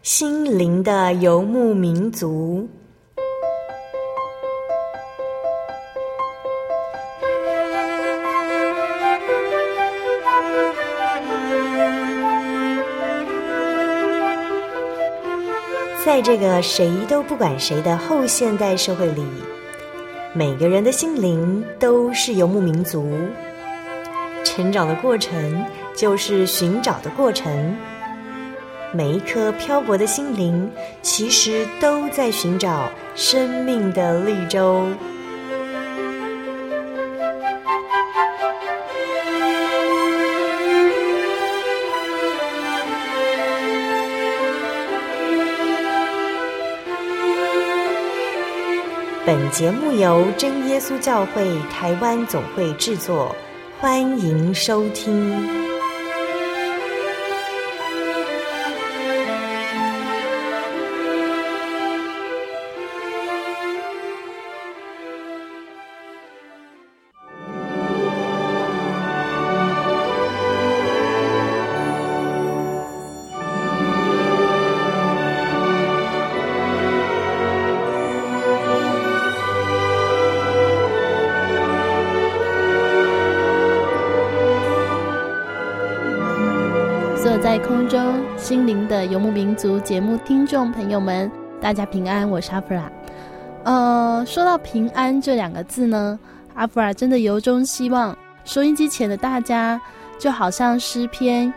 心灵的游牧民族。在这个谁都不管谁的后现代社会里，每个人的心灵都是游牧民族。成长的过程就是寻找的过程，每一颗漂泊的心灵其实都在寻找生命的绿洲。本节目由真耶稣教会台湾总会制作，欢迎收听。 在空中心灵的游牧民族节目听众朋友们，大家平安，我是阿弗拉。说到平安这两个字呢，阿弗拉真的由衷希望收音机前的大家就好像诗篇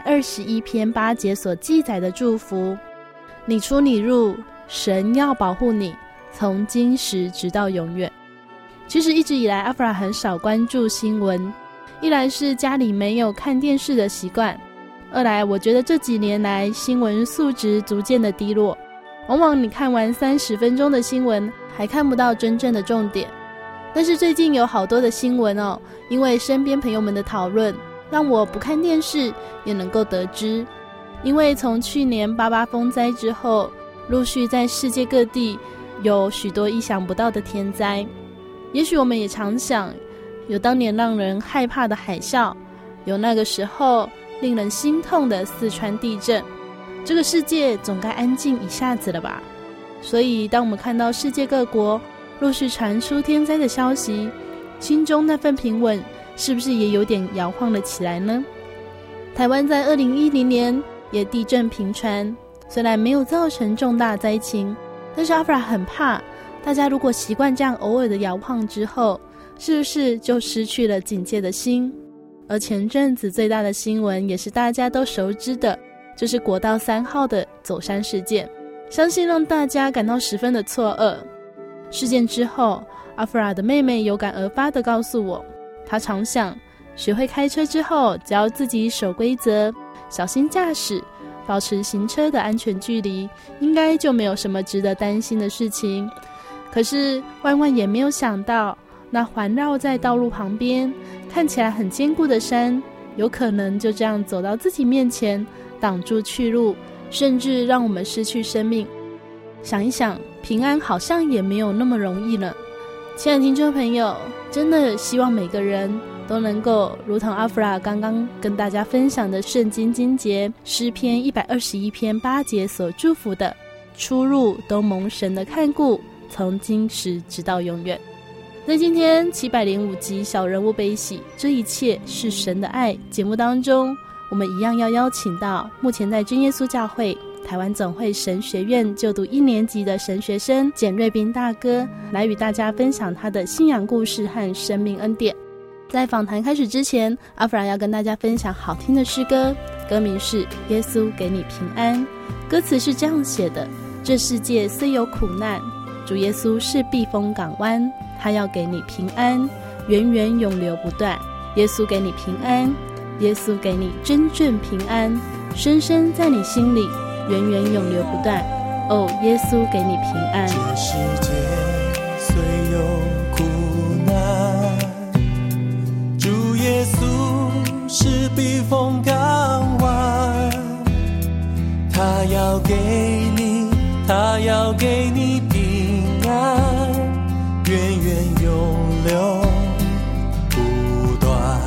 121篇8节所记载的祝福，你出你入，神要保护你，从今时直到永远。其实一直以来阿弗拉很少关注新闻，一来是家里没有看电视的习惯，二来我觉得这几年来新闻素质逐渐的低落，往往你看完30分钟的新闻还看不到真正的重点。但是最近有好多的新闻因为身边朋友们的讨论，让我不看电视也能够得知。因为从去年88风灾之后，陆续在世界各地有许多意想不到的天灾。也许我们也常想，有当年让人害怕的海啸，有那个时候令人心痛的四川地震，这个世界总该安静一下子了吧。所以当我们看到世界各国陆续传出天灾的消息，心中那份平稳是不是也有点摇晃了起来呢？台湾在2010年也地震频传，虽然没有造成重大灾情，但是阿弗拉很怕大家如果习惯这样偶尔的摇晃之后，是不是就失去了警戒的心？而前阵子最大的新闻也是大家都熟知的，就是国道3号的走山事件，相信让大家感到十分的错愕。事件之后，阿弗拉的妹妹有感而发地告诉我，她常想学会开车之后，只要自己守规则，小心驾驶，保持行车的安全距离，应该就没有什么值得担心的事情。可是万万也没有想到，那环绕在道路旁边看起来很坚固的山，有可能就这样走到自己面前，挡住去路，甚至让我们失去生命。想一想，平安好像也没有那么容易了。亲爱的听众朋友，真的希望每个人都能够如同阿弗拉刚刚跟大家分享的圣经经节诗篇121篇8节所祝福的，出入都蒙神的看顾，从今时直到永远。在今天705集小人物悲喜，这一切是神的爱节目当中，我们一样要邀请到目前在真耶稣教会台湾总会神学院就读1年级的神学生简瑞斌大哥，来与大家分享他的信仰故事和生命恩典。在访谈开始之前，阿弗拉要跟大家分享好听的诗歌，歌名是耶稣给你平安。歌词是这样写的，这世界虽有苦难，主耶稣是避风港湾，他要给你平安，源源永流不断。耶稣给你平安，耶稣给你真正平安，深深在你心里，源源永流不断。哦，耶稣给你平安。 这世界虽有苦难，主耶稣是避风港湾，他要给你，他要给你平安，源源永流不断。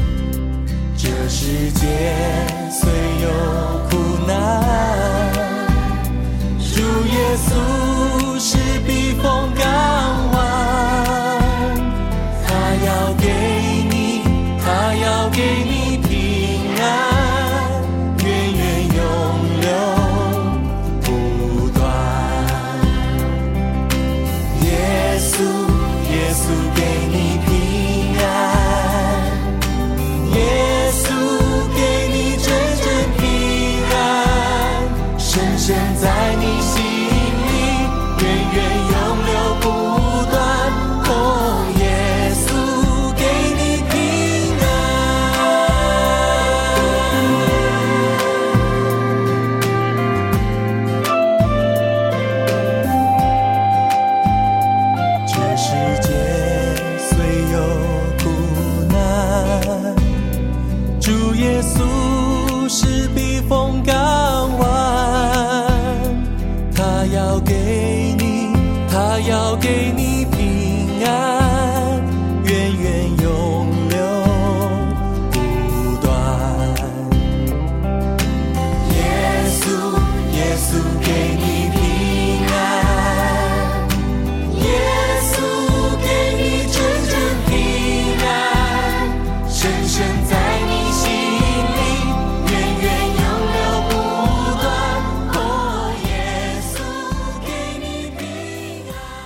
这世界虽有苦难， 深深在你心里，源源永流不断。哦，耶稣给你平安。这世界虽有苦难，主耶稣是避风港湾，他要给你，他要给你平安，源源永流不断。耶稣，耶稣给你平安，耶稣给你真正平安，深深在你心里，源源永流不断。哦，耶稣给你平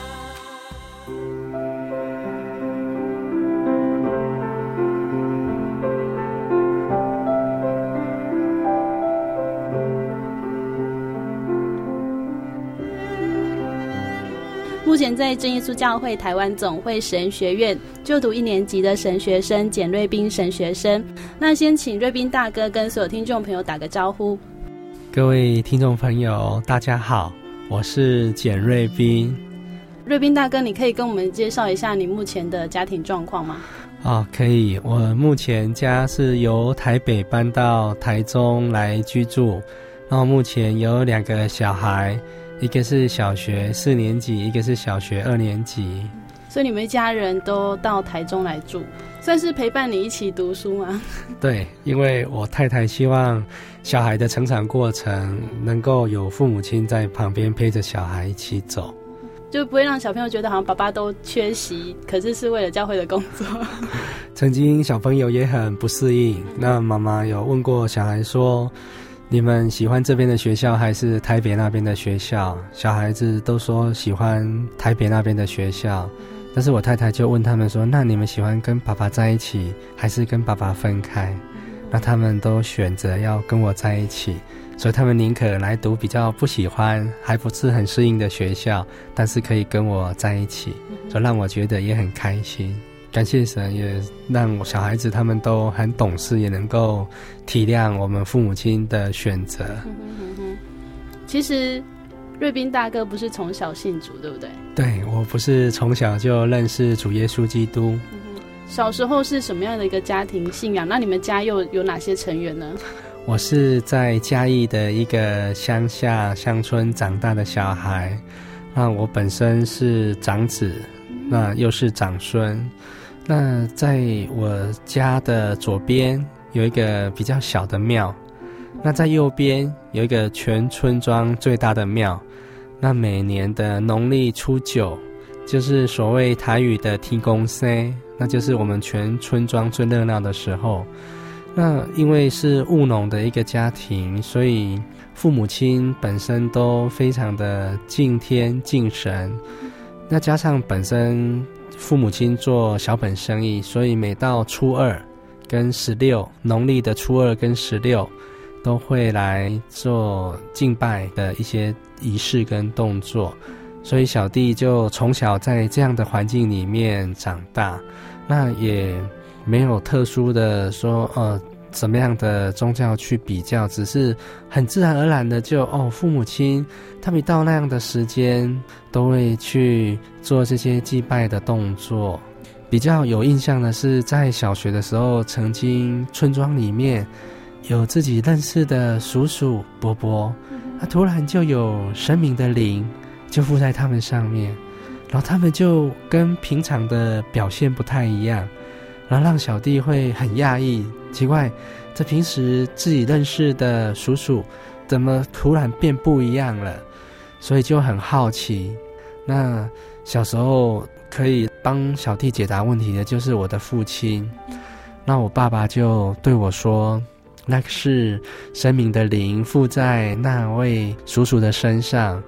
目前在真耶稣教会台湾总会神学院就读1年级的神学生简瑞斌神学生。那先请瑞斌大哥跟所有听众朋友打个招呼。 各位听众朋友大家好，我是简瑞斌。 瑞斌大哥，你可以跟我们介绍一下你目前的家庭状况吗？ 可以。我目前家是由台北搬到台中来居住，然后目前有2个小孩，一个是小学4年级，一个是小学2年级。 所以你们一家人都到台中来住，算是陪伴你一起读书吗？ 对，因为我太太希望小孩的成长过程能够有父母亲在旁边陪着小孩一起走， 就不会让小朋友觉得好像爸爸都缺席，可是是为了教会的工作。 曾经小朋友也很不适应，那妈妈有问过小孩说，你们喜欢这边的学校还是台北那边的学校？小孩子都说喜欢台北那边的学校，但是我太太就问他们说，那你们喜欢跟爸爸在一起还是跟爸爸分开？那他们都选择要跟我在一起，所以他们宁可来读比较不喜欢还不是很适应的学校，但是可以跟我在一起，所以让我觉得也很开心。感谢神，也让我小孩子他们都很懂事，也能够体谅我们父母亲的选择。 其实瑞斌大哥不是从小信主，对不对？ 对，我不是从小就认识主耶稣基督。 小时候是什么样的一个家庭信仰？那你们家又有哪些成员呢？ 我是在嘉义的一个乡下乡村长大的小孩，那我本身是长子，那又是长孙。那在我家的左边有一个比较小的庙，那在右边有一个全村庄最大的庙。那每年的农历初9，就是所谓台语的天公生，那就是我们全村庄最热闹的时候。那因为是务农的一个家庭，所以父母亲本身都非常的敬天敬神，那加上本身父母亲做小本生意，所以每到初2跟16，农历的初2跟16都会来做敬拜的一些仪式跟动作，所以小弟就从小在这样的环境里面长大。那也没有特殊的说怎么样的宗教去比较，只是很自然而然的就父母亲他们一到那样的时间都会去做这些祭拜的动作。比较有印象的是在小学的时候，曾经村庄里面有自己认识的叔叔伯伯，他突然就有神明的灵就附在他们上面，然后他们就跟平常的表现不太一样，然后让小弟会很讶异，奇怪，这平时自己认识的叔叔怎么突然变不一样了，所以就很好奇。那小时候可以帮小弟解答问题的就是我的父亲，那我爸爸就对我说，那是神明的灵附在那位叔叔的身上，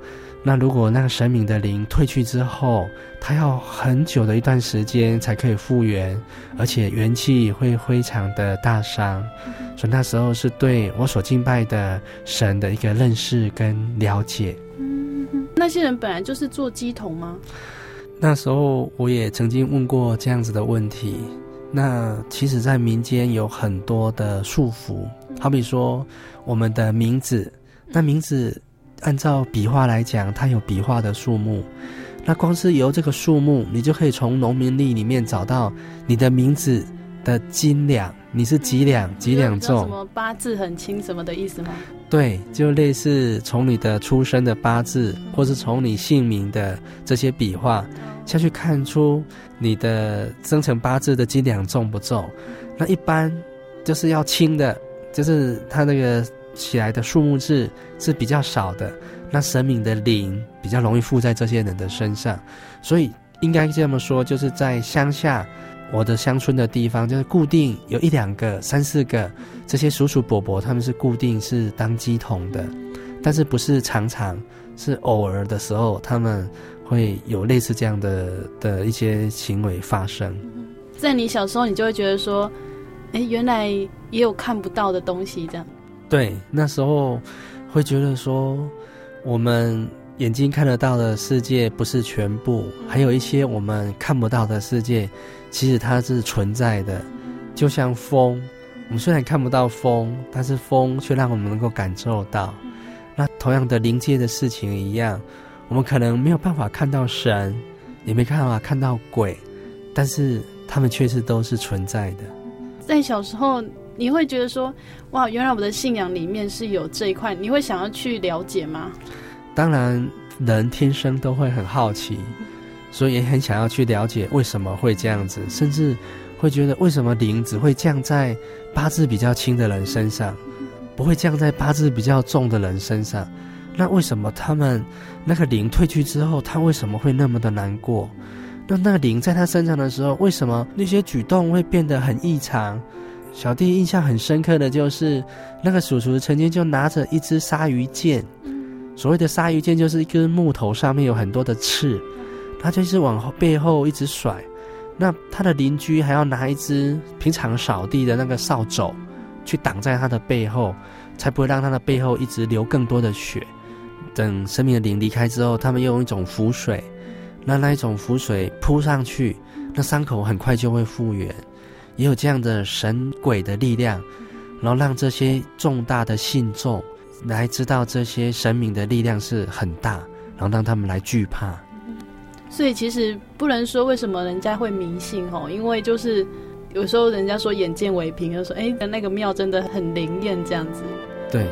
那如果那个神明的灵退去之后，它要很久的一段时间才可以复原，而且元气会非常的大伤，所以那时候是对我所敬拜的神的一个认识跟了解。 那些人本来就是做乩童吗？ 那时候我也曾经问过这样子的问题。那其实在民间有很多的束缚，好比说我们的名字，那名字按照笔画来讲，它有笔画的数目，那光是由这个数目，你就可以从农民历里面找到你的名字的斤两，你是几两几两重， 什么八字很轻什么的意思吗？ 对，就类似从你的出生的八字，或是从你姓名的这些笔画下去看出你的生辰八字的斤两重不重。那一般就是要轻的，就是它那个起来的数目字是比较少的，那神明的灵比较容易附在这些人的身上。所以应该这么说，就是在乡下，我的乡村的地方，就是固定有一两个、三四个这些叔叔伯伯，他们是固定是当乩童的，但是不是常常，是偶尔的时候，他们会有类似这样的一些行为发生。 在你小时候，你就会觉得说，原来也有看不到的东西，这样。 对，那时候会觉得说，我们眼睛看得到的世界不是全部，还有一些我们看不到的世界，其实它是存在的。就像风，我们虽然看不到风，但是风却让我们能够感受到。那同样的灵界的事情一样，我们可能没有办法看到神，也没办法看到鬼，但是他们确实都是存在的。 在小时候你会觉得说，哇，原来我的信仰里面是有这一块，你会想要去了解吗？ 当然人天生都会很好奇，所以也很想要去了解为什么会这样子，甚至会觉得为什么灵只会降在八字比较轻的人身上，不会降在八字比较重的人身上。那为什么他们那个灵退去之后，他为什么会那么的难过？那个灵在他身上的时候，为什么那些举动会变得很异常？小弟印象很深刻的就是那个叔叔曾经就拿着一支鲨鱼剑，所谓的鲨鱼剑就是一根木头上面有很多的刺，他就是往背后一直甩。那他的邻居还要拿一支平常扫地的那个扫帚去挡在他的背后，才不会让他的背后一直流更多的血。等生命的灵离开之后，他们用一种符水，那一种符水扑上去，那伤口很快就会复原。也有这样的神鬼的力量，然后让这些重大的信众来知道这些神明的力量是很大，然后让他们来惧怕。 所以其实不能说为什么人家会迷信哦，因为就是有时候人家说眼见为凭，就说那个庙真的很灵验这样子。 对。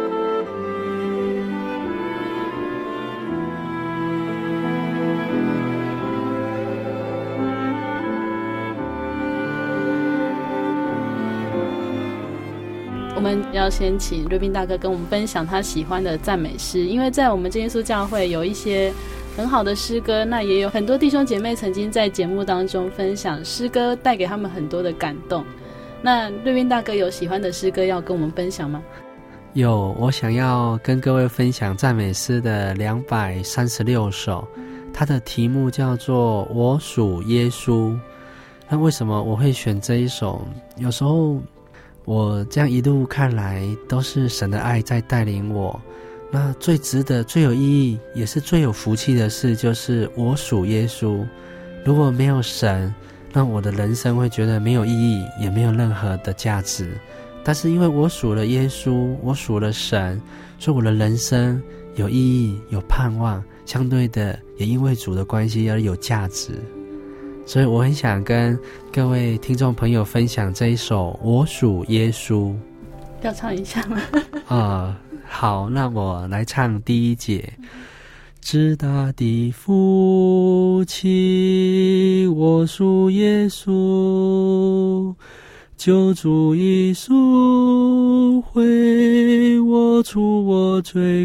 我们要先请瑞斌大哥跟我们分享他喜欢的赞美诗，因为在我们真耶稣教会有一些很好的诗歌，那也有很多弟兄姐妹曾经在节目当中分享诗歌，带给他们很多的感动。那瑞斌大哥有喜欢的诗歌要跟我们分享吗？ 有，我想要跟各位分享赞美诗的236首，它的题目叫做我属耶稣。那为什么我会选这一首？有时候我这样一路看来，都是神的爱在带领我。那最值得、最有意义，也是最有福气的事，就是我属耶稣。如果没有神，那我的人生会觉得没有意义，也没有任何的价值。但是因为我属了耶稣，我属了神，所以我的人生有意义、有盼望，相对的也因为主的关系而有价值。所以我很想跟各位听众朋友分享这一首我属耶稣。 要唱一下吗？ 好，那我来唱第一节。至大的父亲，我属耶稣，救主已赎回我，除我罪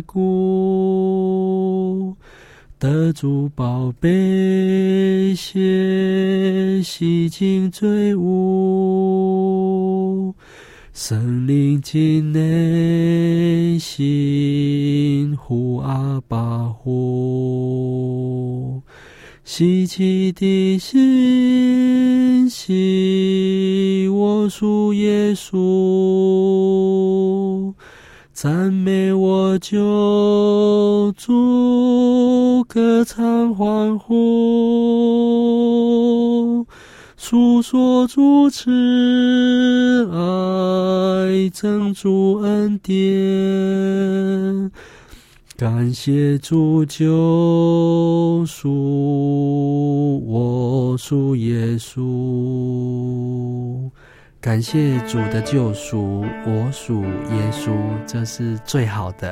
过，得主宝贝血洗净罪污，圣灵进内心呼阿爸呼。希奇的信息，我属耶稣，赞美我救主，歌唱欢呼，诉说主慈爱，赠主恩典，感谢主救赎，我属耶稣。感谢主的救赎，我属耶稣，这是最好的。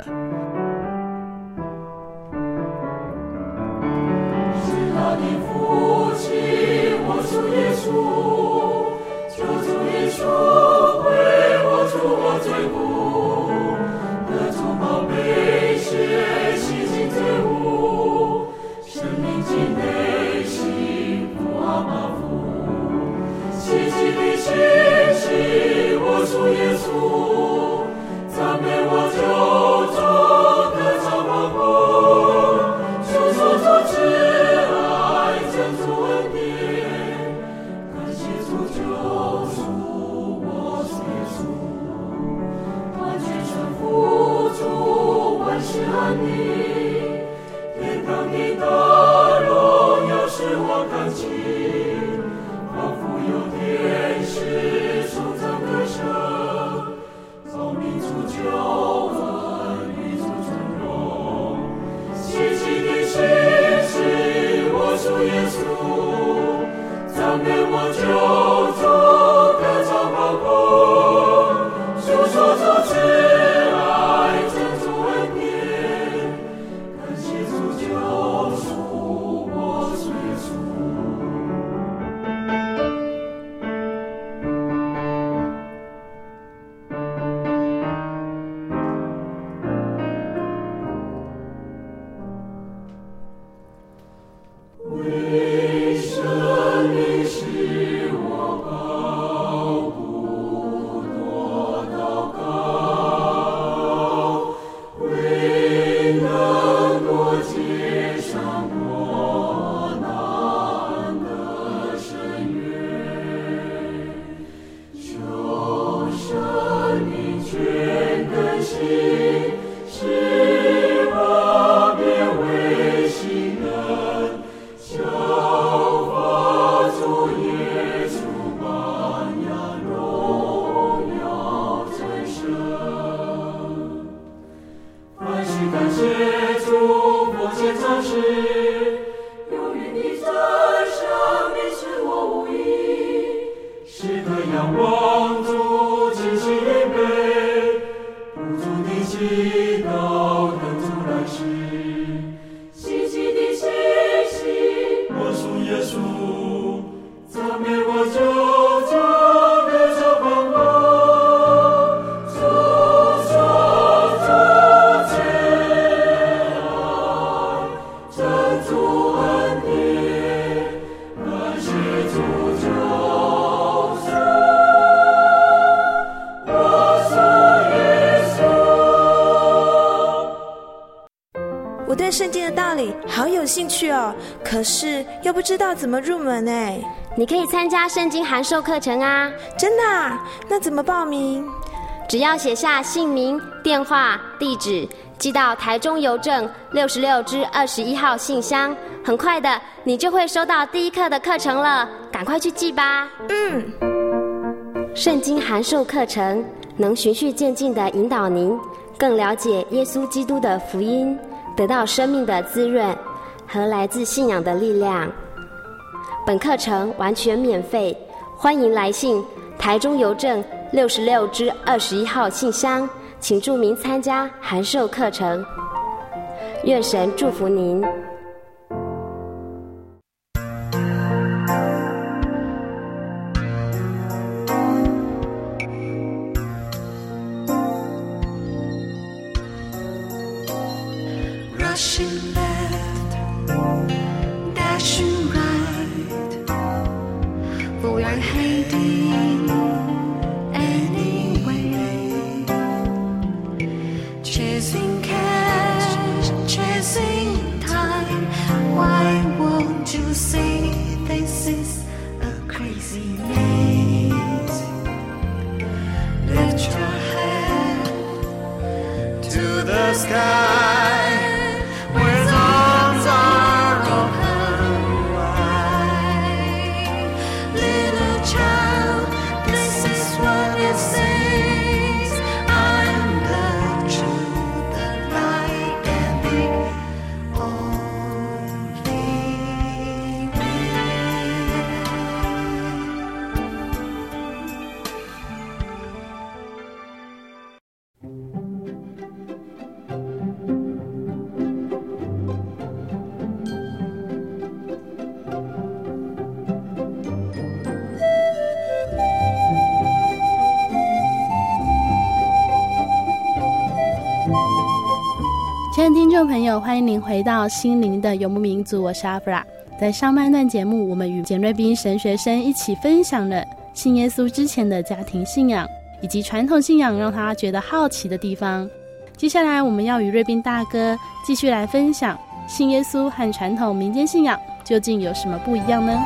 是他的福气，我属耶稣，救主耶稣为我除我罪过，得主宝贝血洗净罪污，生命进内幸福阿爸父，奇迹的信息，我属耶稣，赞美我救主，歌唱欢呼，诉说主慈爱，赠主恩典，感谢主救赎，我属耶稣，完全顺服主，万事安宁，天堂的大荣耀使我感激，仿佛有天使颂赞歌声，造民族救恩，民族尊荣，奇迹的信息，我属耶稣，赞美我救主，歌唱欢呼，诉说主慈爱，赠主恩典，感谢主救赎，我属耶稣。为生命使我抱不多祷告，为能够接上我难的深渊，求生命全更新，使我变为新人。效法主耶稣般样荣耀真神，凡事感谢主，奉献诚实，有余的真生命使我无益，时刻仰望主，清晰谦卑，不住的祈祷，等主来时。奇迹的信息，我属耶稣，赞美我救主，歌唱欢呼，诉说主慈爱，赠主恩典，感谢主救赎，我属耶稣。 我对圣经的道理好有兴趣哦，可是又不知道怎么入门哎。 你可以参加圣经函授课程啊。 真的啊？那怎么报名？ 只要写下姓名、电话、地址，寄到台中邮政66支21号信箱，很快的你就会收到第一课的课程了，赶快去寄吧。圣经函授课程能循序渐进地引导您更了解耶稣基督的福音，得到生命的滋润和来自信仰的力量。本课程完全免费，欢迎来信台中邮政66支21号信箱，请注明参加函授课程。愿神祝福您。 Rushing left, dashing right, for we're heading anyway, chasing cash 亲爱的听众朋友，欢迎您回到心灵的游牧民族，我是阿弗拉。在上半段节目，我们与简瑞斌神学生一起分享了信耶稣之前的家庭信仰，以及传统信仰让他觉得好奇的地方。接下来我们要与瑞斌大哥继续来分享信耶稣和传统民间信仰究竟有什么不一样呢？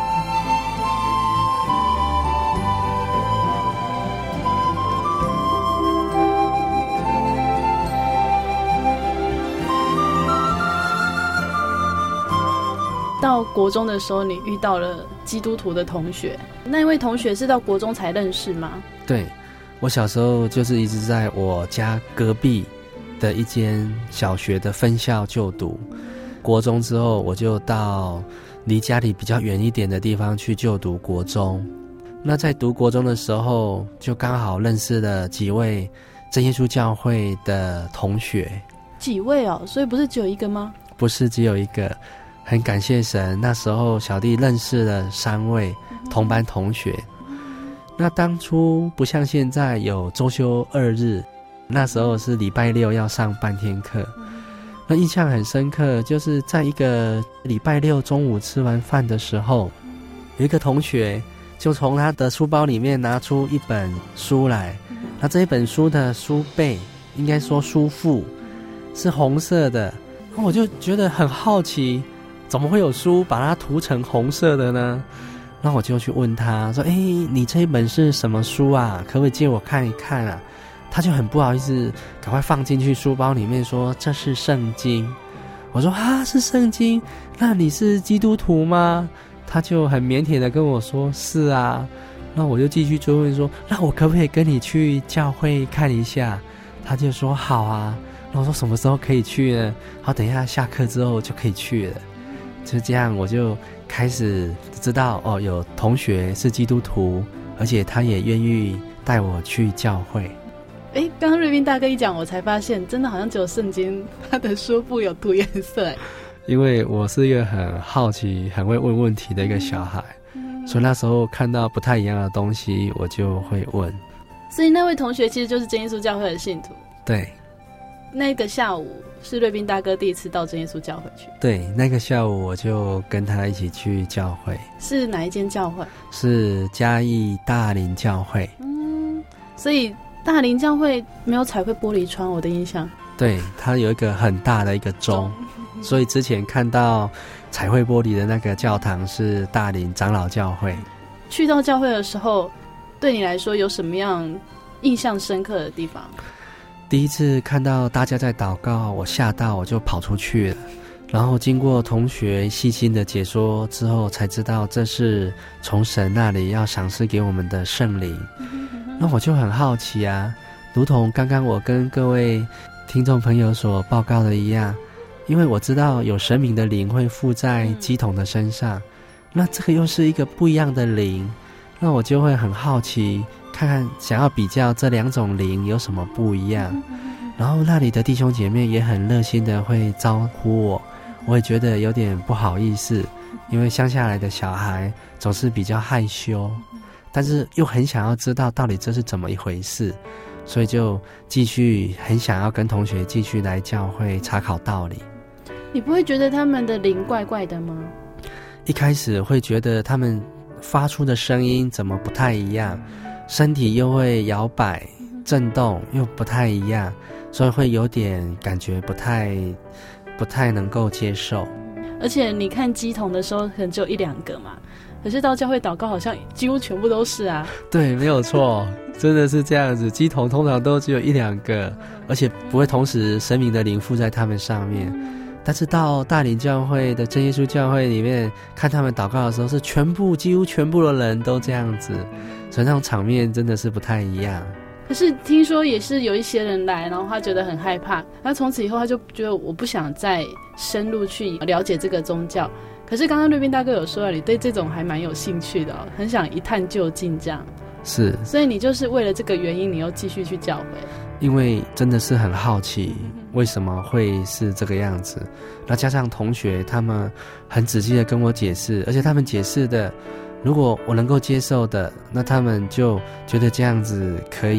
到国中的时候，你遇到了基督徒的同学，那一位同学是到国中才认识吗？ 对，我小时候就是一直在我家隔壁的一间小学的分校就读，国中之后我就到离家里比较远一点的地方去就读国中。那在读国中的时候，就刚好认识了几位真耶稣教会的同学。 几位哦？所以不是只有一个吗？ 不是只有一个，很感谢神，那时候小弟认识了3位同班同学。那当初不像现在有周休2日，那时候是礼拜6要上半天课。那印象很深刻，就是在一个礼拜6中午吃完饭的时候，有一个同学就从他的书包里面拿出一本书来，那这一本书的书背，应该说书腹是红色的，我就觉得很好奇，怎么会有书把它涂成红色的呢？然后我就去问他说，你这一本是什么书啊？可不可以借我看一看啊？他就很不好意思，赶快放进去书包里面说这是圣经。我说啊，是圣经？那你是基督徒吗？他就很腼腆的跟我说是啊。那我就继续追问说，那我可不可以跟你去教会看一下？他就说好啊。那我说什么时候可以去呢？好，等一下下课之后就可以去了。就这样我就开始知道有同学是基督徒，而且他也愿意带我去教会。 刚刚瑞斌大哥一讲，我才发现真的好像只有圣经它的书部有涂颜色。 因为我是一个很好奇很会问问题的一个小孩，所以那时候看到不太一样的东西我就会问。 所以那位同学其实就是真耶稣教会的信徒。 对， 那个下午是瑞斌大哥第一次到真耶稣教会去。 对，那个下午我就跟他一起去教会。 是哪一间教会？ 是嘉义大林教会。 所以大林教会没有彩绘玻璃窗，我的印象。 对，它有一个很大的一个钟，所以之前看到彩绘玻璃的那个教堂是大林长老教会。 去到教会的时候，对你来说有什么样印象深刻的地方？ 第一次看到大家在祷告，我吓到，我就跑出去了。然后经过同学细心的解说之后，才知道这是从神那里要赏赐给我们的圣灵。那我就很好奇啊，如同刚刚我跟各位听众朋友所报告的一样，因为我知道有神明的灵会附在乩童的身上，那这个又是一个不一样的灵，那我就会很好奇，看看想要比较这2种灵有什么不一样。然后那里的弟兄姐妹也很热心的会招呼我，我也觉得有点不好意思，因为乡下来的小孩总是比较害羞，但是又很想要知道到底这是怎么一回事，所以就继续很想要跟同学继续来教会查考道理。 你不会觉得他们的灵怪怪的吗？ 一开始会觉得他们发出的声音怎么不太一样，身体又会摇摆震动又不太一样，所以会有点感觉不太能够接受。 而且你看乩童的时候可能只有1-2个嘛，可是到教会祷告好像几乎全部都是啊。 对，没有错，真的是这样子，乩童通常都只有1-2个，而且不会同时神明的灵附在他们上面。但是到大林教会的真耶稣教会里面看他们祷告的时候，是几乎全部的人都这样子，所以那种场面真的是不太一样。 可是听说也是有一些人来，然后他觉得很害怕，他从此以后他就觉得我不想再深入去了解这个宗教。可是刚刚瑞斌大哥有说了，你对这种还蛮有兴趣的很想一探究竟这样。 是， 所以你就是为了这个原因你又继续去教会？ 因为真的是很好奇为什么会是这个样子，那加上同学他们很仔细的跟我解释，而且他们解释的如果我能够接受的，那他们就觉得这样子可以，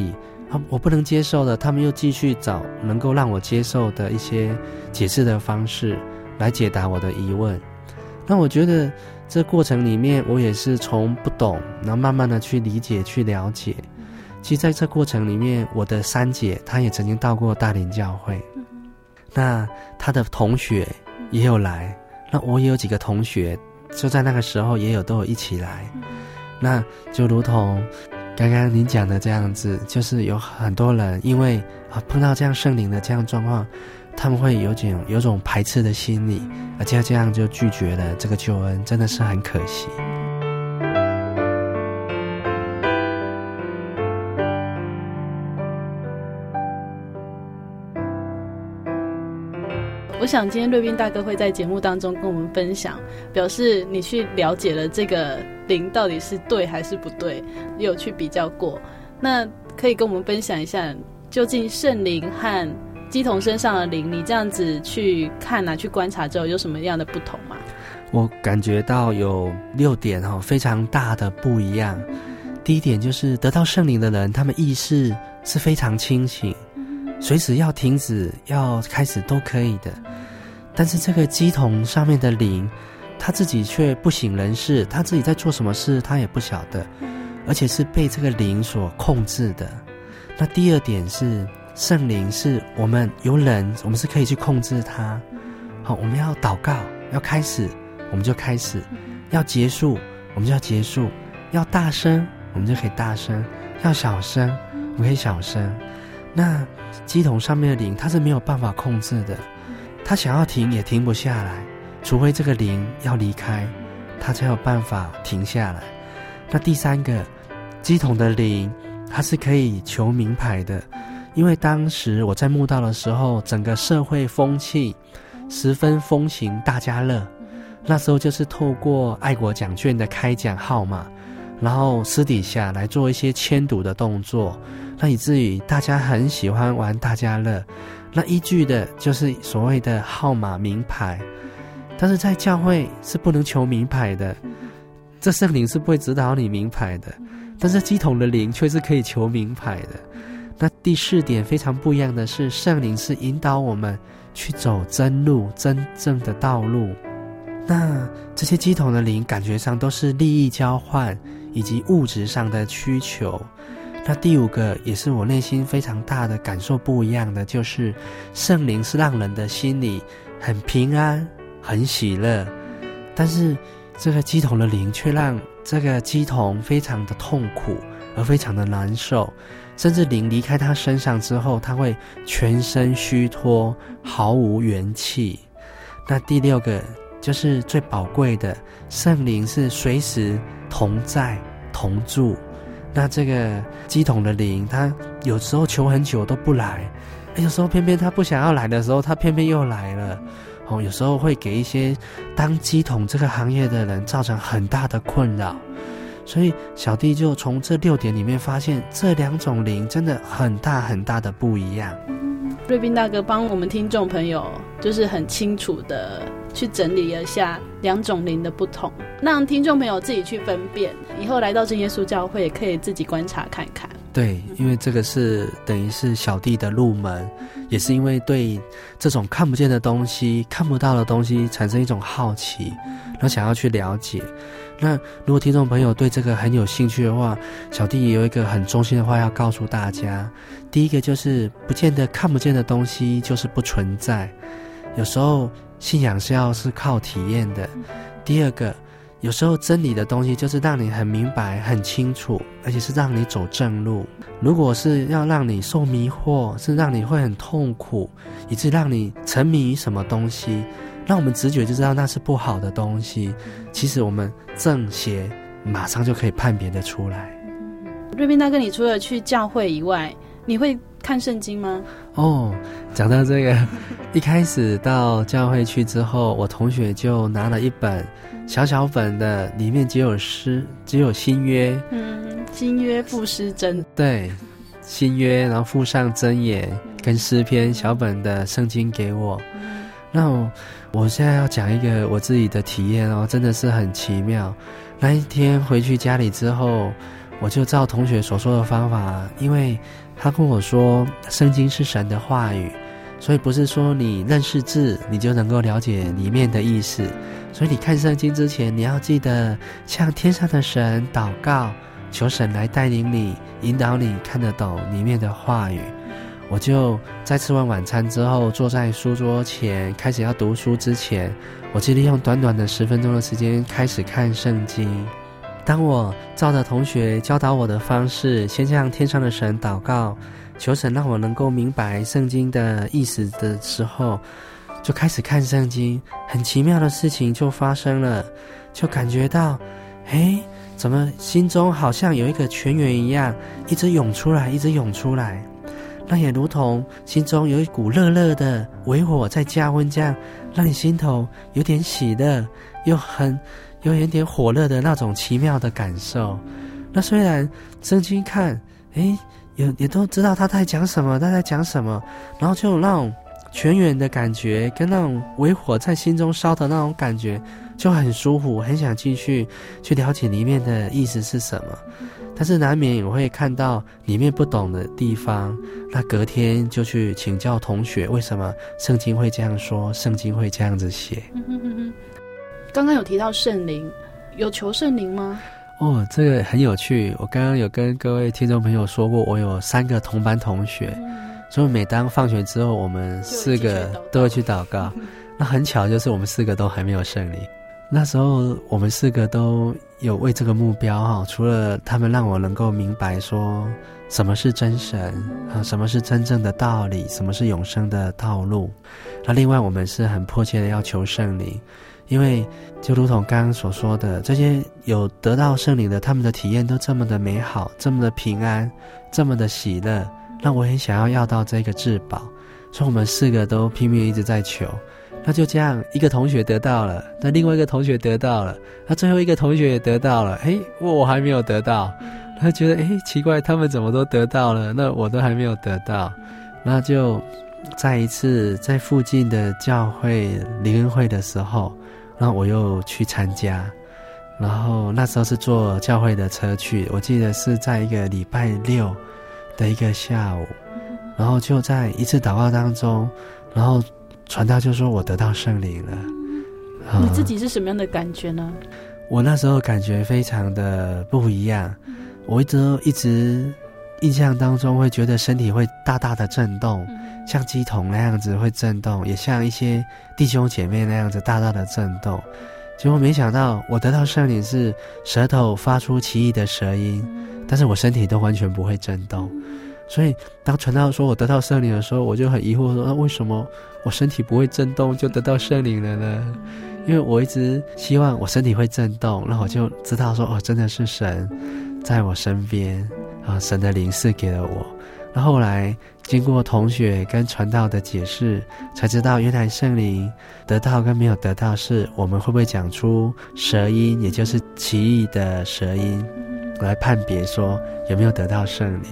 我不能接受的，他们又继续找能够让我接受的一些解释的方式来解答我的疑问。那我觉得这过程里面，我也是从不懂，然后慢慢的去理解、去了解。其实在这过程里面，我的三姐她也曾经到过大林教会，那她的同学也有来，那我也有几个同学就在那个时候都有一起来。那就如同刚刚您讲的这样子，就是有很多人因为碰到这样圣灵的这样状况，他们会有种排斥的心理，而且这样就拒绝了这个救恩，真的是很可惜。 我想今天瑞斌大哥会在节目当中跟我们分享，表示你去了解了这个灵到底是对还是不对，也有去比较过。那可以跟我们分享一下，究竟圣灵和乩童身上的灵，你这样子去看去观察之后有什么样的不同吗？ 我感觉到有6点非常大的不一样。第一点就是得到圣灵的人，他们意识是非常清醒，随时要停止要开始都可以的。但是这个乩童上面的灵，他自己却不省人事，他自己在做什么事他也不晓得，而且是被这个灵所控制的。那第二点是圣灵是我们有人，我们是可以去控制它。好，我们要祷告，要开始我们就开始，要结束我们就要结束，要大声我们就可以大声，要小声我们可以小声。那乩童上面的灵，它是没有办法控制的，它想要停也停不下来，除非这个灵要离开，它才有办法停下来。那第三个，乩童的灵，它是可以求明牌的，因为当时我在慕道的时候，整个社会风气十分风行大家乐，那时候就是透过爱国奖券的开奖号码，然后私底下来做一些签赌的动作，那以至于大家很喜欢玩大家乐，那依据的就是所谓的号码名牌。但是在教会是不能求名牌的，这圣灵是不会指导你名牌的，但是乩童的灵却是可以求名牌的。那第4点非常不一样的是，圣灵是引导我们去走真路，真正的道路。那这些乩童的灵感觉上都是利益交换以及物质上的需求。那第5个也是我内心非常大的感受不一样的，就是圣灵是让人的心里很平安很喜乐，但是这个乩童的灵却让这个乩童非常的痛苦而非常的难受，甚至灵离开他身上之后，他会全身虚脱毫无元气。那第6个就是最宝贵的，圣灵是随时同在同住。那这个乩童的灵，他有时候求很久都不来，有时候偏偏他不想要来的时候，他偏偏又来了。有时候会给一些当乩童这个行业的人造成很大的困扰。所以小弟就从这6点里面发现，这2种灵真的很大很大的不一样。 瑞斌大哥帮我们听众朋友就是很清楚的去整理一下2种灵的不同，让听众朋友自己去分辨，以后来到真耶稣教会也可以自己观察看看。 对，因为这个是等于是小弟的入门，也是因为对这种看不见的东西看不到的东西产生一种好奇，然后想要去了解。那如果听众朋友对这个很有兴趣的话，小弟也有一个很衷心的话要告诉大家。第一个就是不见得看不见的东西就是不存在，有时候信仰是靠体验的。第二个，有时候真理的东西就是让你很明白很清楚，而且是让你走正路。如果是要让你受迷惑，是让你会很痛苦，以致让你沉迷于什么东西，让我们直觉就知道那是不好的东西，其实我们正邪马上就可以判别得出来。 瑞斌大哥，你除了去教会以外，你会看圣经吗？ 讲到这个，一开始到教会去之后，我同学就拿了一本小小本的，里面只有新约， 新约附诗真， 对，新约，然后附上箴言跟诗篇小本的圣经给我。那我现在要讲一个我自己的体验真的是很奇妙。那一天回去家里之后， 我就照同学所说的方法，因为他跟我说圣经是神的话语，所以不是说你认识字你就能够了解里面的意思，所以你看圣经之前你要记得向天上的神祷告，求神来带领你，引导你看得懂里面的话语。我就在吃完晚餐之后，坐在书桌前开始要读书之前，我就利用短短的10分钟的时间开始看圣经。当我照着同学教导我的方式，先向天上的神祷告，求神让我能够明白圣经的意思的时候，就开始看圣经。很奇妙的事情就发生了，就感觉到怎么心中好像有一个泉源一样，一直涌出来，一直涌出来。那也如同心中有一股热热的微火在加温，这样让你心头有点喜乐，有一点火热的那种奇妙的感受。那虽然圣经看也都知道他在讲什么，然后就有那种泉源的感觉，跟那种微火在心中烧的那种感觉，就很舒服，很想继续去了解里面的意思是什么。但是难免我会看到里面不懂的地方，那隔天就去请教同学，为什么圣经会这样说，圣经会这样子写。 刚刚有提到圣灵，有求圣灵吗？ 这个很有趣。我刚刚有跟各位听众朋友说过，我有3个同班同学，所以每当放学之后，我们4个都会去祷告。那很巧，就是我们4个都还没有圣灵。那时候我们4个都有为这个目标除了他们让我能够明白说什么是真神什么是真正的道理，什么是永生的道路，那另外我们是很迫切的要求圣灵。因为就如同刚刚所说的，这些有得到圣灵的，他们的体验都这么的美好，这么的平安，这么的喜乐，让我很想要到这个至宝。所以我们4个都拼命一直在求。那就这样，一个同学得到了，那另外一个同学得到了，那最后一个同学也得到了，我还没有得到。他觉得奇怪，他们怎么都得到了，那我都还没有得到。那就在一次在附近的教会灵恩会的时候，然后我又去参加，然后那时候是坐教会的车去，我记得是在一个礼拜6的一个下午，然后就在一次祷告当中，然后传道就说我得到圣灵了。 你自己是什么样的感觉呢？ 我那时候感觉非常的不一样，我一直印象当中会觉得身体会大大的震动，像鸡童那样子会震动，也像一些弟兄姐妹那样子大大的震动。结果没想到我得到圣灵是舌头发出奇异的舌音，但是我身体都完全不会震动。所以当传道说我得到圣灵的时候，我就很疑惑说，为什么我身体不会震动就得到圣灵了呢？因为我一直希望我身体会震动，那我就知道说真的是神在我身边神的灵赐给了我。那后来经过同学跟传道的解释，才知道原来圣灵得到跟没有得到是我们会不会讲出舌音，也就是奇异的舌音，来判别说有没有得到圣灵。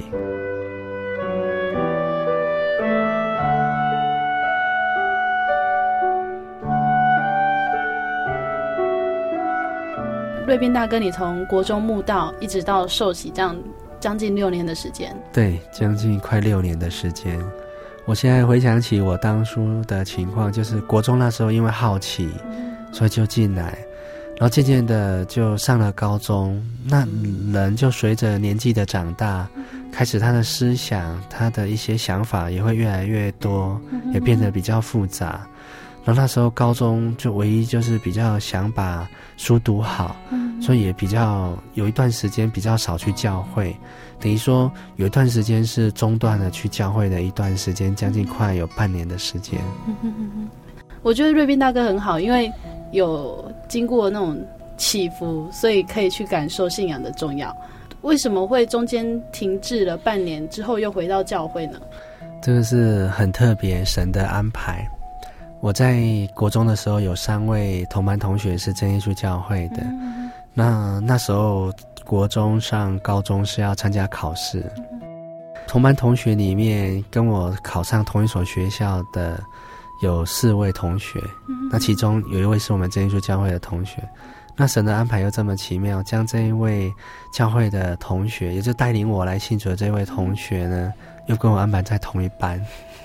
瑞斌大哥，你从国中慕道一直到受洗，这样将近6年的时间。 对，将近快6年的时间。我现在回想起我当初的情况，就是国中那时候因为好奇，所以就进来，然后渐渐的就上了高中。那人就随着年纪的长大，开始他的思想，他的一些想法也会越来越多，也变得比较复杂。然后那时候高中就唯一就是比较想把书读好，所以也比较有一段时间比较少去教会，等于说有一段时间是中断了去教会的一段时间，将近快有半年的时间。 我觉得瑞斌大哥很好，因为有经过那种起伏，所以可以去感受信仰的重要。为什么会中间停滞了半年之后又回到教会呢？ 这个是很特别，神的安排。我在国中的时候有3位同班同学是真耶稣教会的，那时候国中上高中是要参加考试，同班同学里面跟我考上同一所学校的有4位同学，那其中有一位是我们真耶稣教会的同学。 那神的安排又这么奇妙，将这一位教会的同学，也就带领我来信主的这位同学呢，又跟我安排在同一班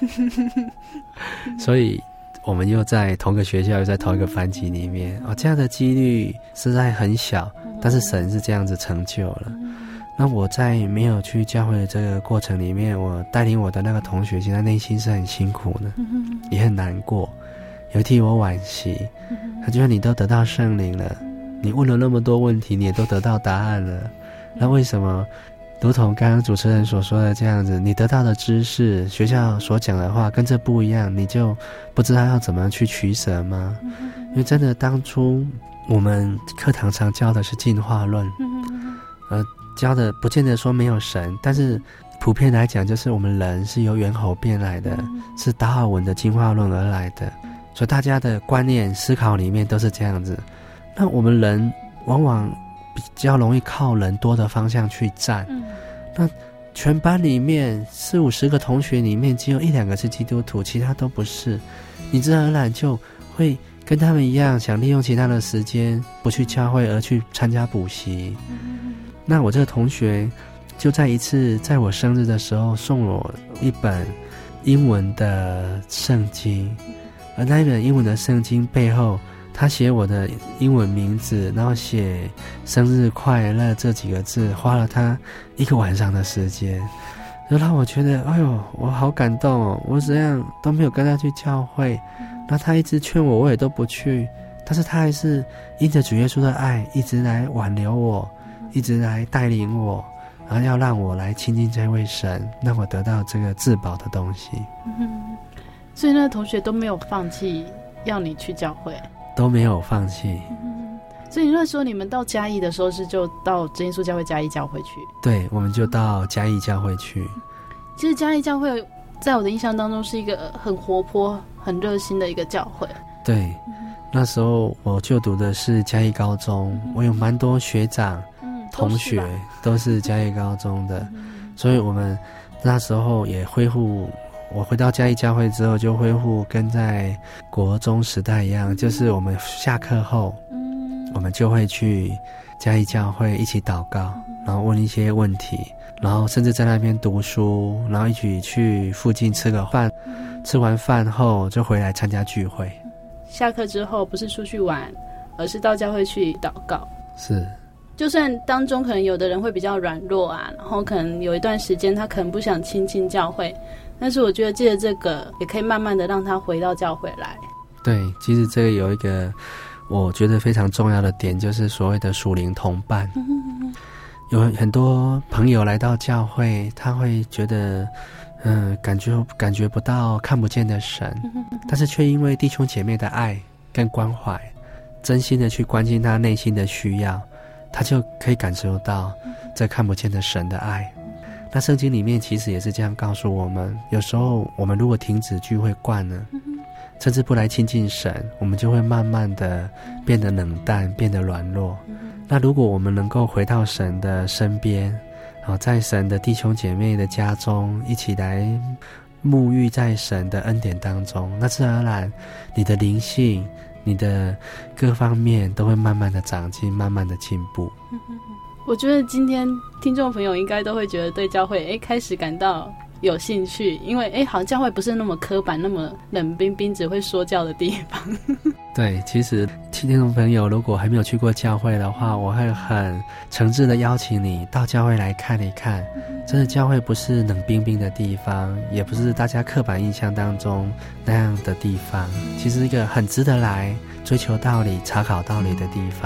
所以我们又在同个学校，又在同一个班级里面这样的几率实在很小，但是神是这样子成就了。那我在没有去教会的这个过程里面，我带领我的那个同学，现在内心是很辛苦的，也很难过，有替我惋惜。他觉得你都得到圣灵了，你问了那么多问题，你也都得到答案了，那为什么如同刚刚主持人所说的这样子，你得到的知识，学校所讲的话跟这不一样，你就不知道要怎么去取舍吗？因为真的当初我们课堂上教的是进化论，教的不见得说没有神，但是普遍来讲，就是我们人是由猿猴变来的，是达尔文的进化论而来的，所以大家的观念思考里面都是这样子。那我们人往往比较容易靠人多的方向去站，那全班里面40-50个同学里面，只有1-2个是基督徒，其他都不是，你自然而然就会跟他们一样，想利用其他的时间不去教会而去参加补习。那我这个同学就在一次在我生日的时候送我一本英文的圣经，而那一本英文的圣经背后，他写我的英文名字，然后写生日快乐这几个字，花了他1个晚上的时间，就让我觉得哎呦我好感动哦，我怎样都没有跟他去教会，那他一直劝我，我也都不去，但是他还是因着主耶稣的爱一直来挽留我，一直来带领我，然后要让我来亲近这位神，让我得到这个至宝的东西。 所以那个同学都没有放弃要你去教会？ 都没有放弃。 所以那时候你们到嘉义的时候是就到真耶稣教会嘉义教会去？ 对，我们就到嘉义教会去。 其实嘉义教会在我的印象当中是一个很活泼很热心的一个教会。 对，那时候我就读的是嘉义高中，我有蛮多学长同学都是嘉义高中的，所以我们那时候也恢复，我回到嘉义教会之后就恢复跟在国中时代一样，就是我们下课后我们就会去嘉义教会一起祷告，然后问一些问题，然后甚至在那边读书，然后一起去附近吃个饭，吃完饭后就回来参加聚会。 下课之后不是出去玩，而是到教会去祷告。 是， 就算当中可能有的人会比较软弱啊，然后可能有一段时间他可能不想亲近教会，但是我觉得借着这个也可以慢慢的让他回到教会来。 对，其实这个有一个我觉得非常重要的点，就是所谓的属灵同伴。有很多朋友来到教会，他会觉得感觉不到看不见的神，但是却因为弟兄姐妹的爱跟关怀，真心的去关心他内心的需要，他就可以感受到这看不见的神的爱。那圣经里面其实也是这样告诉我们，有时候我们如果停止聚会惯了，甚至不来亲近神，我们就会慢慢的变得冷淡，变得软弱。那如果我们能够回到神的身边，在神的弟兄姐妹的家中一起来沐浴在神的恩典当中，那自然而然你的灵性，你的各方面都会慢慢的长进，慢慢的进步。 我觉得今天听众朋友应该都会觉得对教会开始感到有兴趣，因为好像教会不是那么刻板，那么冷冰冰只会说教的地方。 对，其实听众朋友如果还没有去过教会的话，我会很诚挚的邀请你到教会来看一看。真的教会不是冷冰冰的地方，也不是大家刻板印象当中那样的地方，其实一个很值得来追求道理、查考道理的地方。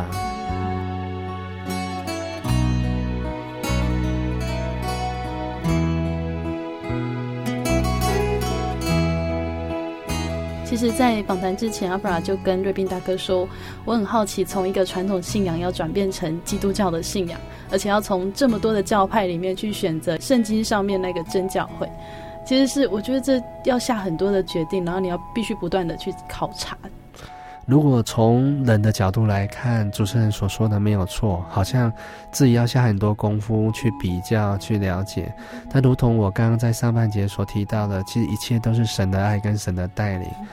其实在访谈之前，阿弗拉就跟瑞宾大哥说，我很好奇从一个传统信仰要转变成基督教的信仰，而且要从这么多的教派里面去选择圣经上面那个真教会，其实是我觉得这要下很多的决定，然后你要必须不断的去考察。 如果从人的角度来看，主持人所说的没有错，好像自己要下很多功夫去比较去了解，但如同我刚刚在上半节所提到的，其实一切都是神的爱跟神的带领。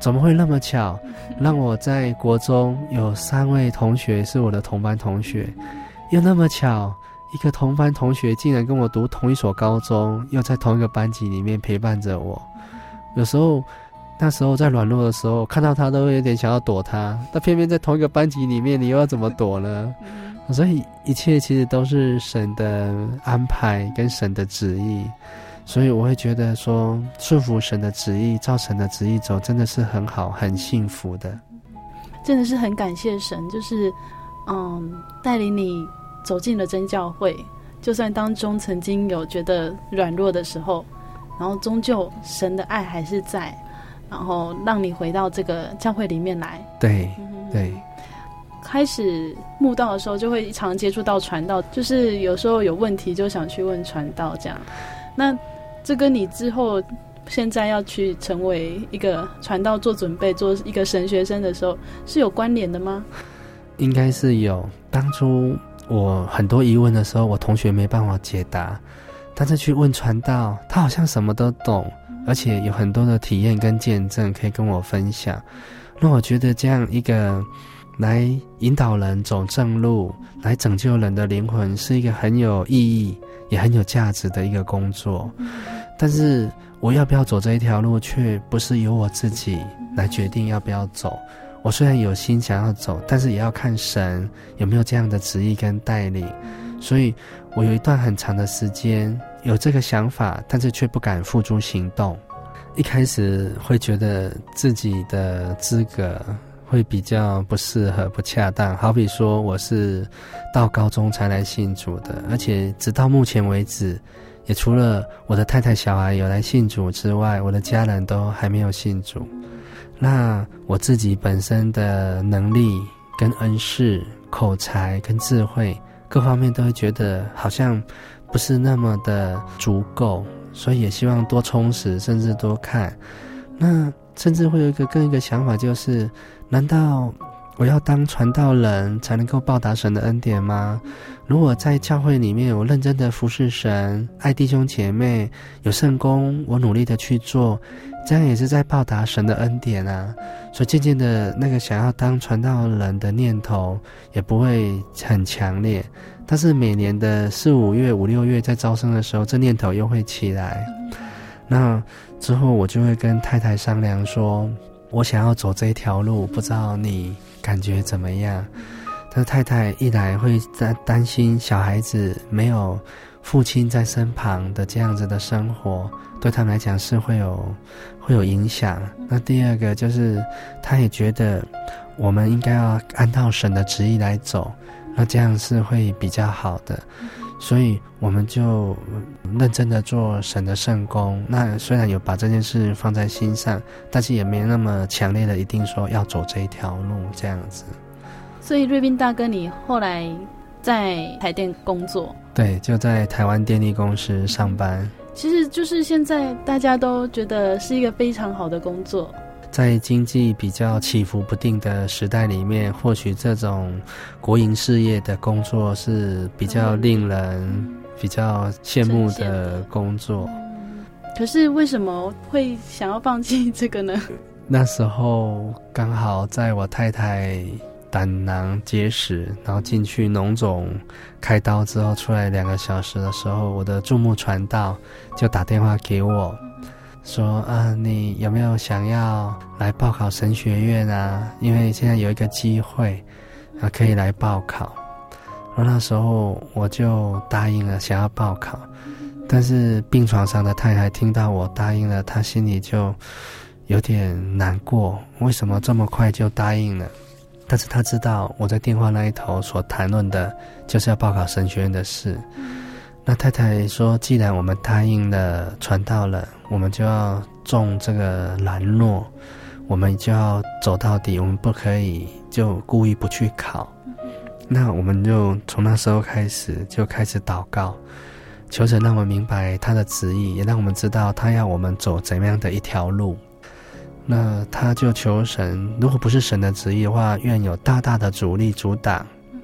怎么会那么巧，让我在国中有3位同学是我的同班同学，又那么巧，一个同班同学竟然跟我读同一所高中，又在同一个班级里面陪伴着我。有时候那时候在软弱的时候，看到他都会有点想要躲他，但偏偏在同一个班级里面，你又要怎么躲呢？所以一切其实都是神的安排跟神的旨意，所以我会觉得说顺服神的旨意，照神的旨意走，真的是很好很幸福的。 真的是很感谢神，就是带领你走进了真教会，就算当中曾经有觉得软弱的时候，然后终究神的爱还是在，然后让你回到这个教会里面来。 对对， 开始慕道的时候就会常接触到传道，就是有时候有问题就想去问传道这样。那这跟你之后现在要去成为一个传道做准备，做一个神学生的时候是有关联的吗？ 应该是有。当初我很多疑问的时候，我同学没办法解答，但是去问传道，他好像什么都懂，而且有很多的体验跟见证可以跟我分享。那我觉得这样一个来引导人走正路，来拯救人的灵魂，是一个很有意义也很有价值的一个工作。但是我要不要走这一条路，却不是由我自己来决定要不要走。我虽然有心想要走，但是也要看神有没有这样的旨意跟带领。所以我有一段很长的时间有这个想法，但是却不敢付诸行动。一开始会觉得自己的资格会比较不适合不恰当，好比说我是到高中才来信主的，而且直到目前为止也除了我的太太小孩有来信主之外，我的家人都还没有信主。那我自己本身的能力跟恩赐、口才跟智慧各方面都会觉得好像不是那么的足够，所以也希望多充实，甚至多看。那甚至会有一个想法，就是难道我要当传道人才能够报答神的恩典吗？如果在教会里面我认真的服侍神，爱弟兄姐妹，有圣工我努力的去做，这样也是在报答神的恩典啊。所以渐渐的那个想要当传道人的念头也不会很强烈，但是每年的4、5月、5、6月在招生的时候，这念头又会起来。那之后我就会跟太太商量说，我想要走这一条路，不知道你感觉怎么样？但是太太一来会担心小孩子没有父亲在身旁的这样子的生活，对他们来讲是会有影响。那第二个就是他也觉得我们应该要按照神的旨意来走，那这样是会比较好的。所以我们就认真的做神的圣工。那虽然有把这件事放在心上，但是也没那么强烈的一定说要走这一条路这样子。 所以瑞斌大哥你后来在台电工作？ 对，就在台湾电力公司上班。 其实就是现在大家都觉得是一个非常好的工作。 在经济比较起伏不定的时代里面，或许这种国营事业的工作是比较令人比较羡慕的工作。 可是为什么会想要放弃这个呢？ 那时候刚好在我太太胆囊结石，然后进去农总开刀之后出来2个小时的时候，我的注目传道就打电话给我说你有没有想要来报考神学院啊？因为现在有一个机会可以来报考。然后那时候我就答应了，想要报考。但是病床上的太太听到我答应了，她心里就有点难过，为什么这么快就答应了？但是她知道我在电话那一头所谈论的就是要报考神学院的事。那太太说，既然我们答应了传道人，我们就要中这个拦诺，我们就要走到底，我们不可以就故意不去考。那我们就从那时候开始就开始祷告，求神让我们明白他的旨意，也让我们知道他要我们走怎么样的一条路。那他就求神，如果不是神的旨意的话，愿有大大的阻力阻挡，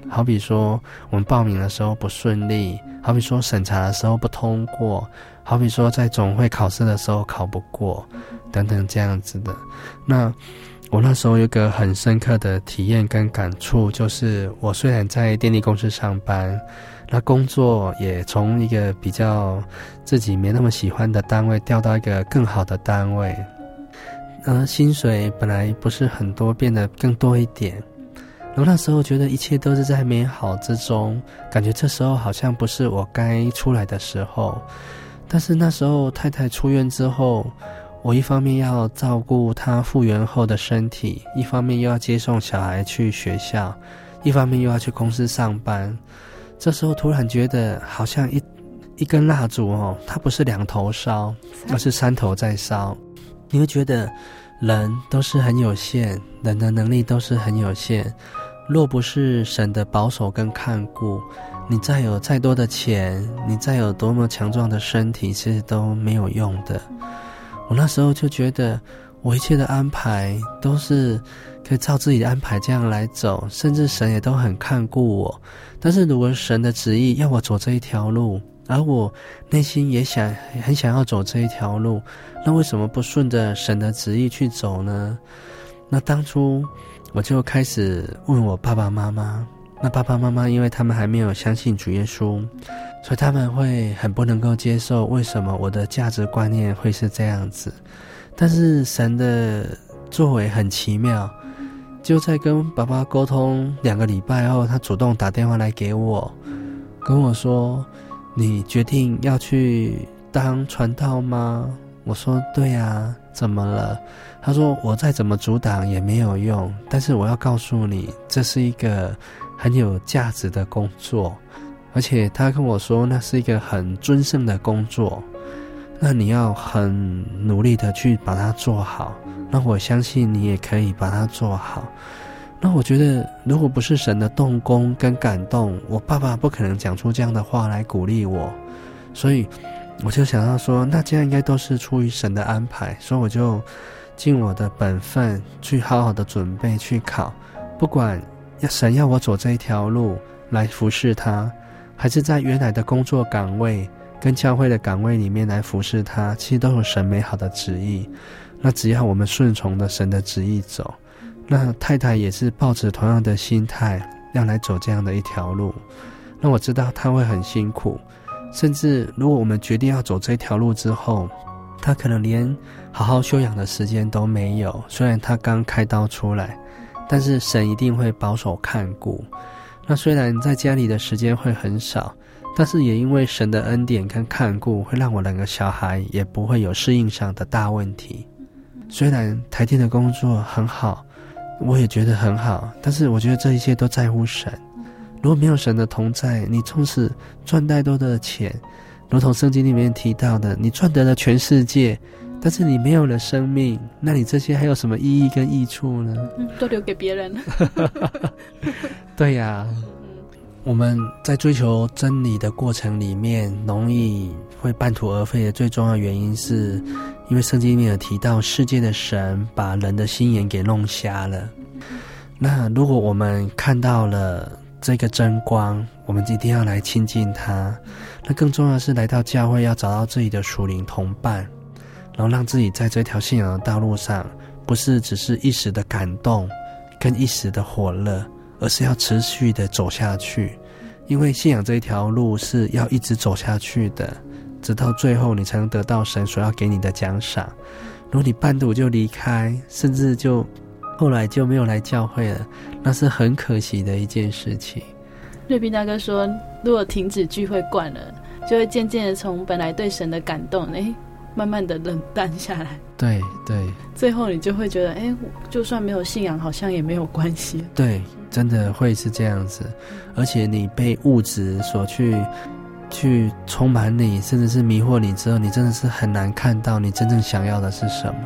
好比说我们报名的时候不顺利，好比说审查的时候不通过，好比说在总会考试的时候考不过等等这样子的。那我那时候有个很深刻的体验跟感触，就是我虽然在电力公司上班，那工作也从一个比较自己没那么喜欢的单位调到一个更好的单位，薪水本来不是很多，变得更多一点。然后那时候觉得一切都是在美好之中，感觉这时候好像不是我该出来的时候。但是那时候太太出院之后，我一方面要照顾她复原后的身体，一方面又要接送小孩去学校，一方面又要去公司上班。这时候突然觉得好像一根蜡烛它不是两头烧，而是三头在烧。你会觉得人都是很有限，人的能力都是很有限，若不是神的保守跟看顾，你再有再多的钱，你再有多么强壮的身体，其实都没有用的。我那时候就觉得我一切的安排都是可以照自己的安排这样来走，甚至神也都很看顾我。但是如果神的旨意要我走这一条路，而我内心也很想要走这一条路，那为什么不顺着神的旨意去走呢？那当初我就开始问我爸爸妈妈，那爸爸妈妈因为他们还没有相信主耶稣，所以他们会很不能够接受为什么我的价值观念会是这样子。但是神的作为很奇妙，就在跟爸爸沟通2个礼拜后，他主动打电话来给我，跟我说，你决定要去当传道吗？我说对啊，怎么了？他说我再怎么阻挡也没有用，但是我要告诉你，这是一个很有价值的工作，而且他跟我说那是一个很尊圣的工作，那你要很努力的去把它做好，那我相信你也可以把它做好。那我觉得如果不是神的动工跟感动，我爸爸不可能讲出这样的话来鼓励我，所以我就想到说，那这样应该都是出于神的安排，所以我就尽我的本分去好好的准备去考，不管神要我走这一条路来服侍他，还是在原来的工作岗位跟教会的岗位里面来服侍他，其实都有神美好的旨意。那只要我们顺从的神的旨意走，那太太也是抱着同样的心态要来走这样的一条路。那我知道她会很辛苦，甚至如果我们决定要走这条路之后，她可能连好好休养的时间都没有。虽然她刚开刀出来，但是神一定会保守看顾。那虽然在家里的时间会很少，但是也因为神的恩典跟看顾，会让我2个小孩也不会有适应上的大问题。虽然台电的工作很好，我也觉得很好，但是我觉得这一切都在乎神。如果没有神的同在，你纵使赚再多的钱，如同圣经里面提到的，你赚得了全世界，但是你没有了生命，那你这些还有什么意义跟益处呢？ 都留给别人。 对呀，我们在追求真理的过程里面，容易会半途而废的最重要原因是因为圣经里面有提到世界的神把人的心眼给弄瞎了。那如果我们看到了这个真光，我们一定要来亲近他。那更重要的是来到教会要找到自己的属灵同伴，然后让自己在这条信仰的道路上不是只是一时的感动跟一时的火热，而是要持续的走下去。因为信仰这一条路是要一直走下去的，直到最后你才能得到神所要给你的奖赏。如果你半途就离开，甚至就后来就没有来教会了，那是很可惜的一件事情。 瑞斌大哥说，如果停止聚会惯了，就会渐渐的从本来对神的感动慢慢的冷淡下来。 对对， 最后你就会觉得就算没有信仰好像也没有关系。 对，真的会是这样子。而且你被物质所去充满你，甚至是迷惑你之后，你真的是很难看到你真正想要的是什么。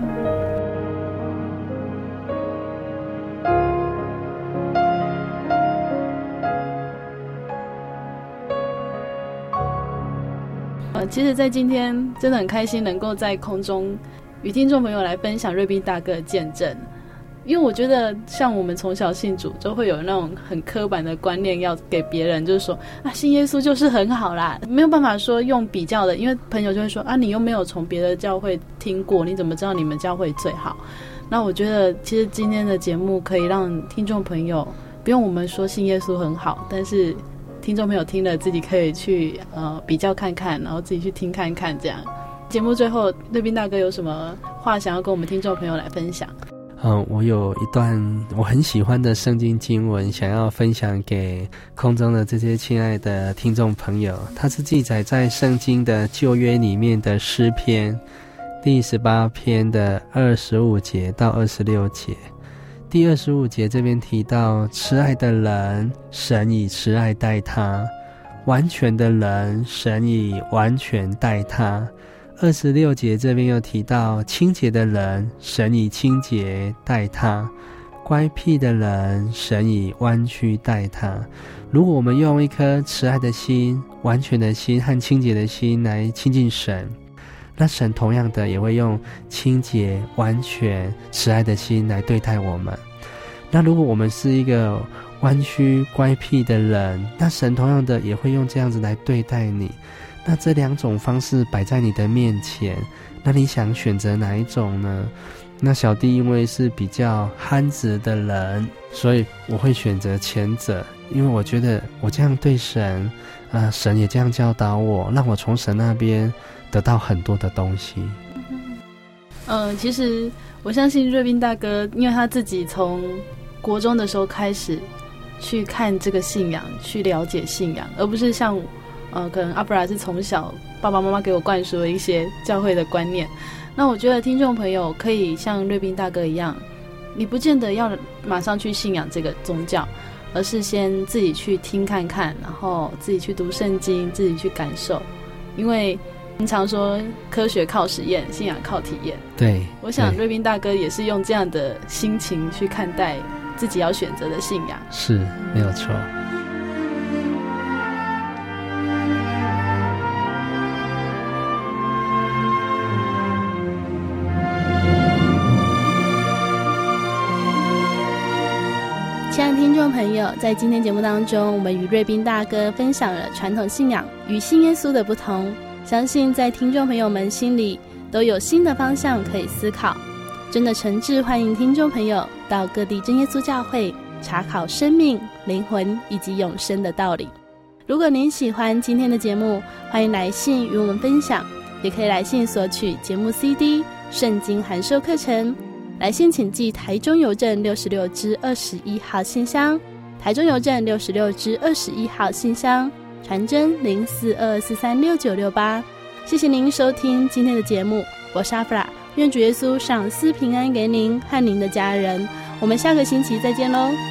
其实在今天真的很开心能够在空中与听众朋友来分享瑞斌大哥的见证。 因为我觉得像我们从小信主就会有那种很刻板的观念要给别人，就是说啊，信耶稣就是很好啦，没有办法说用比较的，因为朋友就会说啊，你又没有从别的教会听过，你怎么知道你们教会最好？那我觉得其实今天的节目可以让听众朋友不用我们说信耶稣很好，但是听众朋友听了自己可以去比较看看，然后自己去听看看这样。节目最后瑞斌大哥有什么话想要跟我们听众朋友来分享？ 我有一段我很喜欢的圣经经文想要分享给空中的这些亲爱的听众朋友，它是记载在圣经的旧约里面的诗篇第18篇的25节到26节。第25节这边提到，慈爱的人，神以慈爱待他；完全的人，神以完全待他。26节这边又提到，清洁的人，神以清洁待他；乖僻的人，神以弯曲待他。如果我们用一颗慈爱的心、完全的心和清洁的心来亲近神，那神同样的也会用清洁、完全、慈爱的心来对待我们。那如果我们是一个弯曲、乖僻的人，那神同样的也会用这样子来对待你。那这两种方式摆在你的面前，那你想选择哪一种呢？那小弟因为是比较憨直的人，所以我会选择前者，因为我觉得我这样对神，神也这样教导我，让我从神那边得到很多的东西。 其实我相信瑞斌大哥，因为他自己从国中的时候开始去看这个信仰，去了解信仰，而不是像可能阿布拉是从小爸爸妈妈给我灌输了一些教会的观念。那我觉得听众朋友可以像瑞斌大哥一样，你不见得要马上去信仰这个宗教，而是先自己去听看看，然后自己去读圣经，自己去感受。因为经常说科学靠实验，信仰靠体验。 对， 我想瑞斌大哥也是用这样的心情去看待自己要选择的信仰。 是，没有错。 亲爱的听众朋友，在今天节目当中，我们与瑞斌大哥分享了传统信仰与信耶稣的不同，相信在听众朋友们心里都有新的方向可以思考。真的诚挚欢迎听众朋友到各地真耶稣教会查考生命、灵魂以及永生的道理。如果您喜欢今天的节目，欢迎来信与我们分享，也可以来信索取节目 CD、圣经函授课程。来信请寄台中邮政66支21号信箱，台中邮政66支21号信箱，传真0422436968。谢谢您收听今天的节目，我是阿弗拉，愿主耶稣赏赐平安给您和您的家人。我们下个星期再见喽。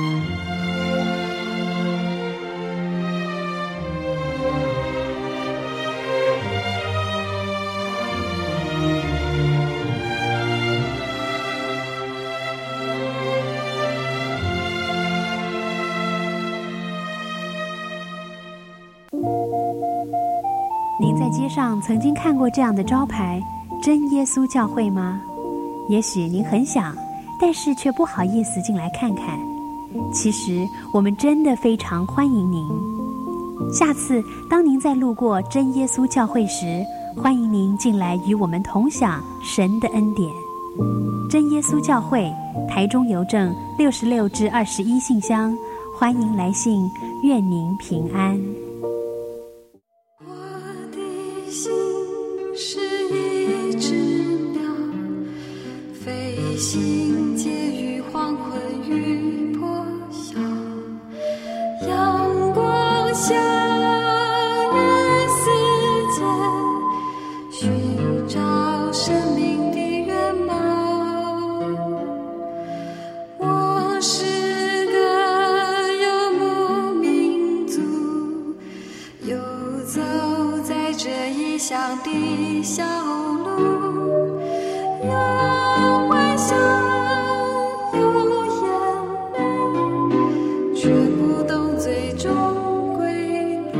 您在街上曾经看过这样的招牌“真耶稣教会”吗？也许您很想，但是却不好意思进来看看。其实我们真的非常欢迎您。下次当您在路过真耶稣教会时，欢迎您进来与我们同享神的恩典。真耶稣教会，台中邮政66支21信箱，欢迎来信，愿您平安。 心是一只鸟，飞行介于黄昏与破晓，阳光下人世间，寻找生命的原貌。我是个游牧民族，游走在这异乡的小路，有欢笑，有眼泪，却不懂最终归路。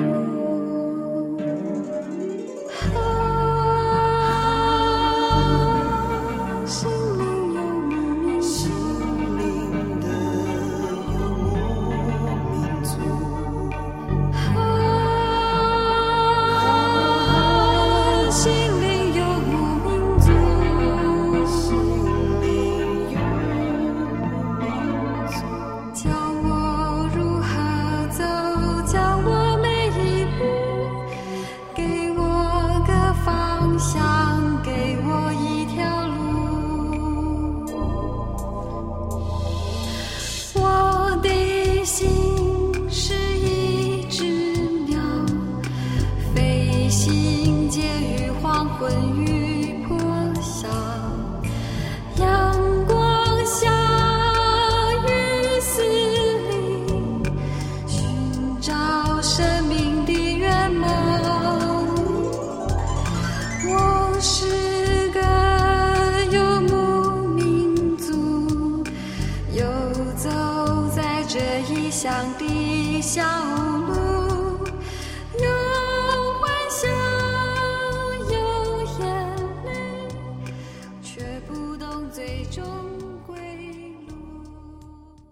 心灵游牧民族。 这异乡的小路。